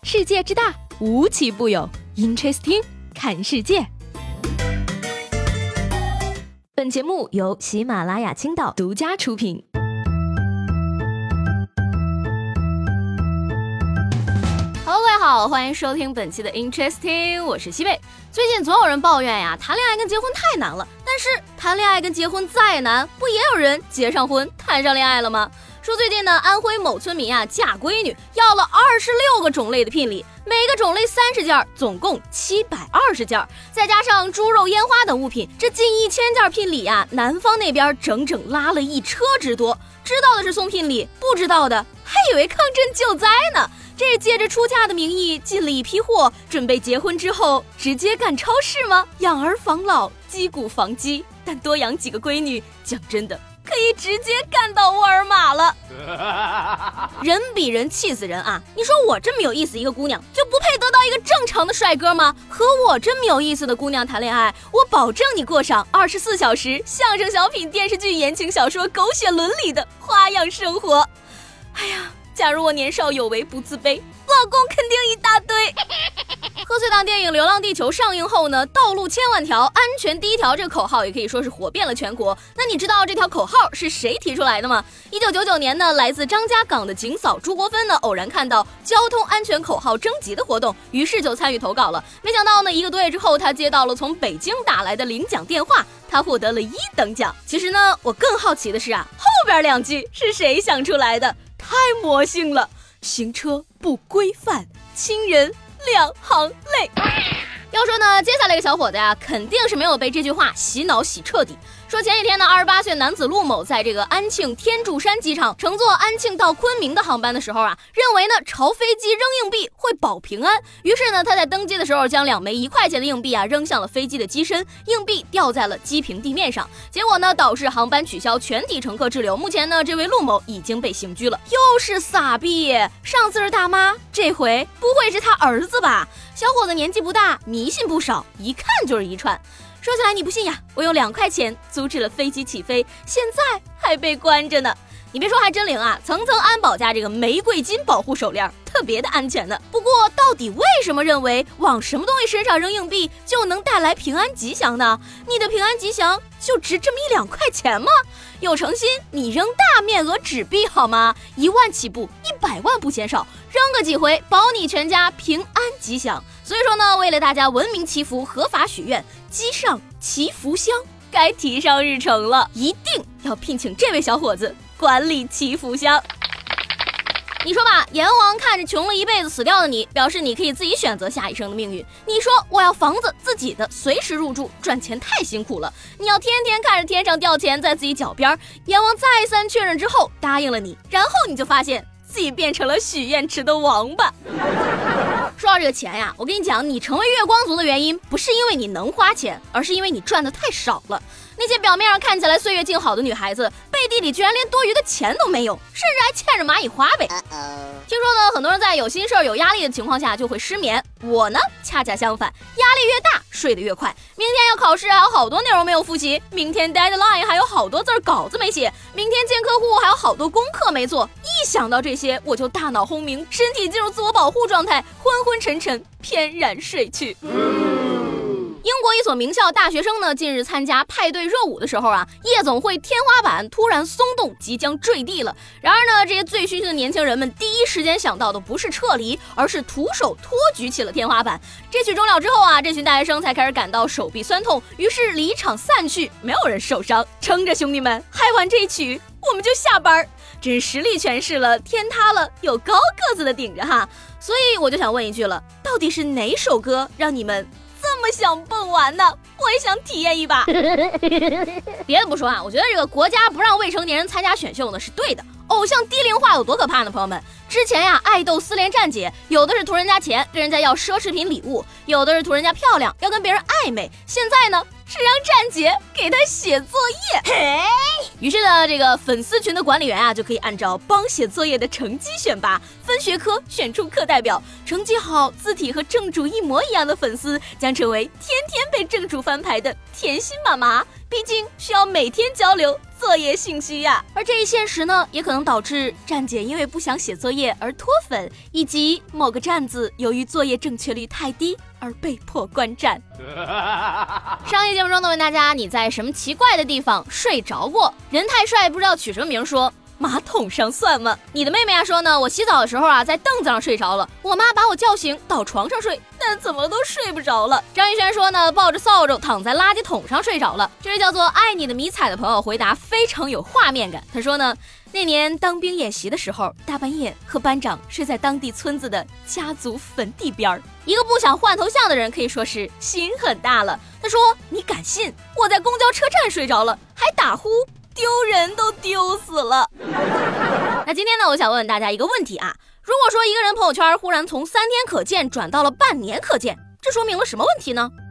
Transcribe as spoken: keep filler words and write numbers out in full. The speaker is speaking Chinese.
世界之大，无奇不有。Interesting， 看世界。本节目由喜马拉雅青岛独家出品。Hello， 各位好，欢迎收听本期的 Interesting， 我是西贝。最近总有人抱怨呀，谈恋爱跟结婚太难了。但是谈恋爱跟结婚再难，不也有人结上婚谈上恋爱了吗？说最近呢，安徽某村民啊嫁闺女要了二十六个种类的聘礼，每个种类三十件，总共七百二十件，再加上猪肉、烟花等物品，这近一千件聘礼啊，男方那边整整拉了一车之多。知道的是送聘礼，不知道的还以为抗震救灾呢。这是借着出嫁的名义进了一批货，准备结婚之后直接干超市吗？养儿防老，击鼓防饥，但多养几个闺女，讲真的可以直接干到沃尔玛了。人比人气死人啊！你说我这么有意思一个姑娘，就不配得到一个正常的帅哥吗？和我这么有意思的姑娘谈恋爱，我保证你过上二十四小时相声、小品、电视剧、言情小说、狗血伦理的花样生活。哎呀，假如我年少有为不自卑，老公肯定一大堆。贺岁档电影《流浪地球》上映后呢，道路千万条，安全第一条这个口号也可以说是火遍了全国。那你知道这条口号是谁提出来的吗？一九九九年呢，来自张家港的警嫂朱国芬呢，偶然看到交通安全口号征集的活动，于是就参与投稿了。没想到呢，一个多月之后，他接到了从北京打来的领奖电话，他获得了一等奖。其实呢，我更好奇的是啊，后边两句是谁想出来的？太魔性了！行车不规范，亲人两行泪。要说呢，接下来这个小伙子呀，肯定是没有被这句话洗脑洗彻底。说前几天呢，二十八岁男子陆某在这个安庆天柱山机场乘坐安庆到昆明的航班的时候啊，认为呢朝飞机扔硬币会保平安，于是呢他在登机的时候将两枚一块钱的硬币啊扔向了飞机的机身，硬币掉在了机坪地面上，结果呢导致航班取消，全体乘客滞留。目前呢这位陆某已经被刑拘了。又是傻逼，上次是大妈，这回不会是他儿子吧？小伙子年纪不大，迷信不少，一看就是一串。说起来你不信呀，我用两块钱阻止了飞机起飞，现在还被关着呢。你别说，还真灵啊！层层安保加这个玫瑰金保护手链，特别的安全的。不过，到底为什么认为往什么东西身上扔硬币就能带来平安吉祥呢？你的平安吉祥就值这么一两块钱吗？有诚心，你扔大面额纸币好吗？一万起步，一百万不嫌少，扔个几回，保你全家平安吉祥。所以说呢，为了大家文明祈福、合法许愿，机上祈福箱该提上日程了，一定要聘请这位小伙子管理祈福箱。你说吧，阎王看着穷了一辈子死掉的你，表示你可以自己选择下一生的命运。你说我要房子自己的，随时入住，赚钱太辛苦了，你要天天看着天上掉钱在自己脚边。阎王再三确认之后答应了你，然后你就发现自己变成了许愿池的王八。说到这个钱呀，我跟你讲，你成为月光族的原因不是因为你能花钱，而是因为你赚的太少了。那些表面上看起来岁月静好的女孩子，背地里居然连多余的钱都没有，甚至还欠着蚂蚁花呗。听说呢，很多人在有心事儿、有压力的情况下就会失眠。我呢，恰恰相反，压力越大，睡得越快。明天要考试，还有好多内容没有复习；明天 deadline 还有好多字稿子没写；明天见客户还有好多功课没做。一想到这些，我就大脑轰鸣，身体进入自我保护状态，昏昏沉沉，翩然睡去。英国一所名校大学生呢，近日参加派对热舞的时候啊，夜总会天花板突然松动，即将坠地了。然而呢，这些醉醺醺的年轻人们第一时间想到的不是撤离，而是徒手托举起了天花板。这曲终了之后啊，这群大学生才开始感到手臂酸痛，于是离场散去，没有人受伤。撑着兄弟们，嗨完这一曲我们就下班。真是实力诠释了天塌了有高个子的顶着哈。所以我就想问一句了，到底是哪首歌让你们这么想蹦完呢？我也想体验一把。别的不说啊，我觉得这个国家不让未成年人参加选秀呢是对的。偶像低龄化有多可怕呢？朋友们，之前呀，爱豆撕连战姐，有的是图人家钱，跟人家要奢侈品礼物；有的是图人家漂亮，要跟别人暧昧。现在呢，是让战姐给他写作业。于是呢，这个粉丝群的管理员啊，就可以按照帮写作业的成绩选拔，分学科选出课代表。成绩好、字体和正主一模一样的粉丝，将成为天天被正主翻牌的甜心妈妈。毕竟需要每天交流作业信息呀。而这一现实呢，也可能导致站姐因为不想写作业而脱粉，以及某个站子由于作业正确率太低而被迫关站。上一节目中呢，问大家你在什么奇怪的地方睡着过？人太帅不知道取什么名，说马桶上算吗？你的妹妹啊说呢，我洗澡的时候啊在凳子上睡着了，我妈把我叫醒到床上睡，但怎么都睡不着了。张艺轩说呢，抱着扫帚躺在垃圾桶上睡着了。这位叫做爱你的迷彩的朋友回答非常有画面感，他说呢，那年当兵演习的时候，大半夜和班长睡在当地村子的家族坟地边，一个不想换头像的人可以说是心很大了。他说，你敢信我在公交车站睡着了还打呼，丢人都丢死了。那今天呢，我想问问大家一个问题啊，如果说一个人朋友圈忽然从三天可见转到了半年可见，这说明了什么问题呢？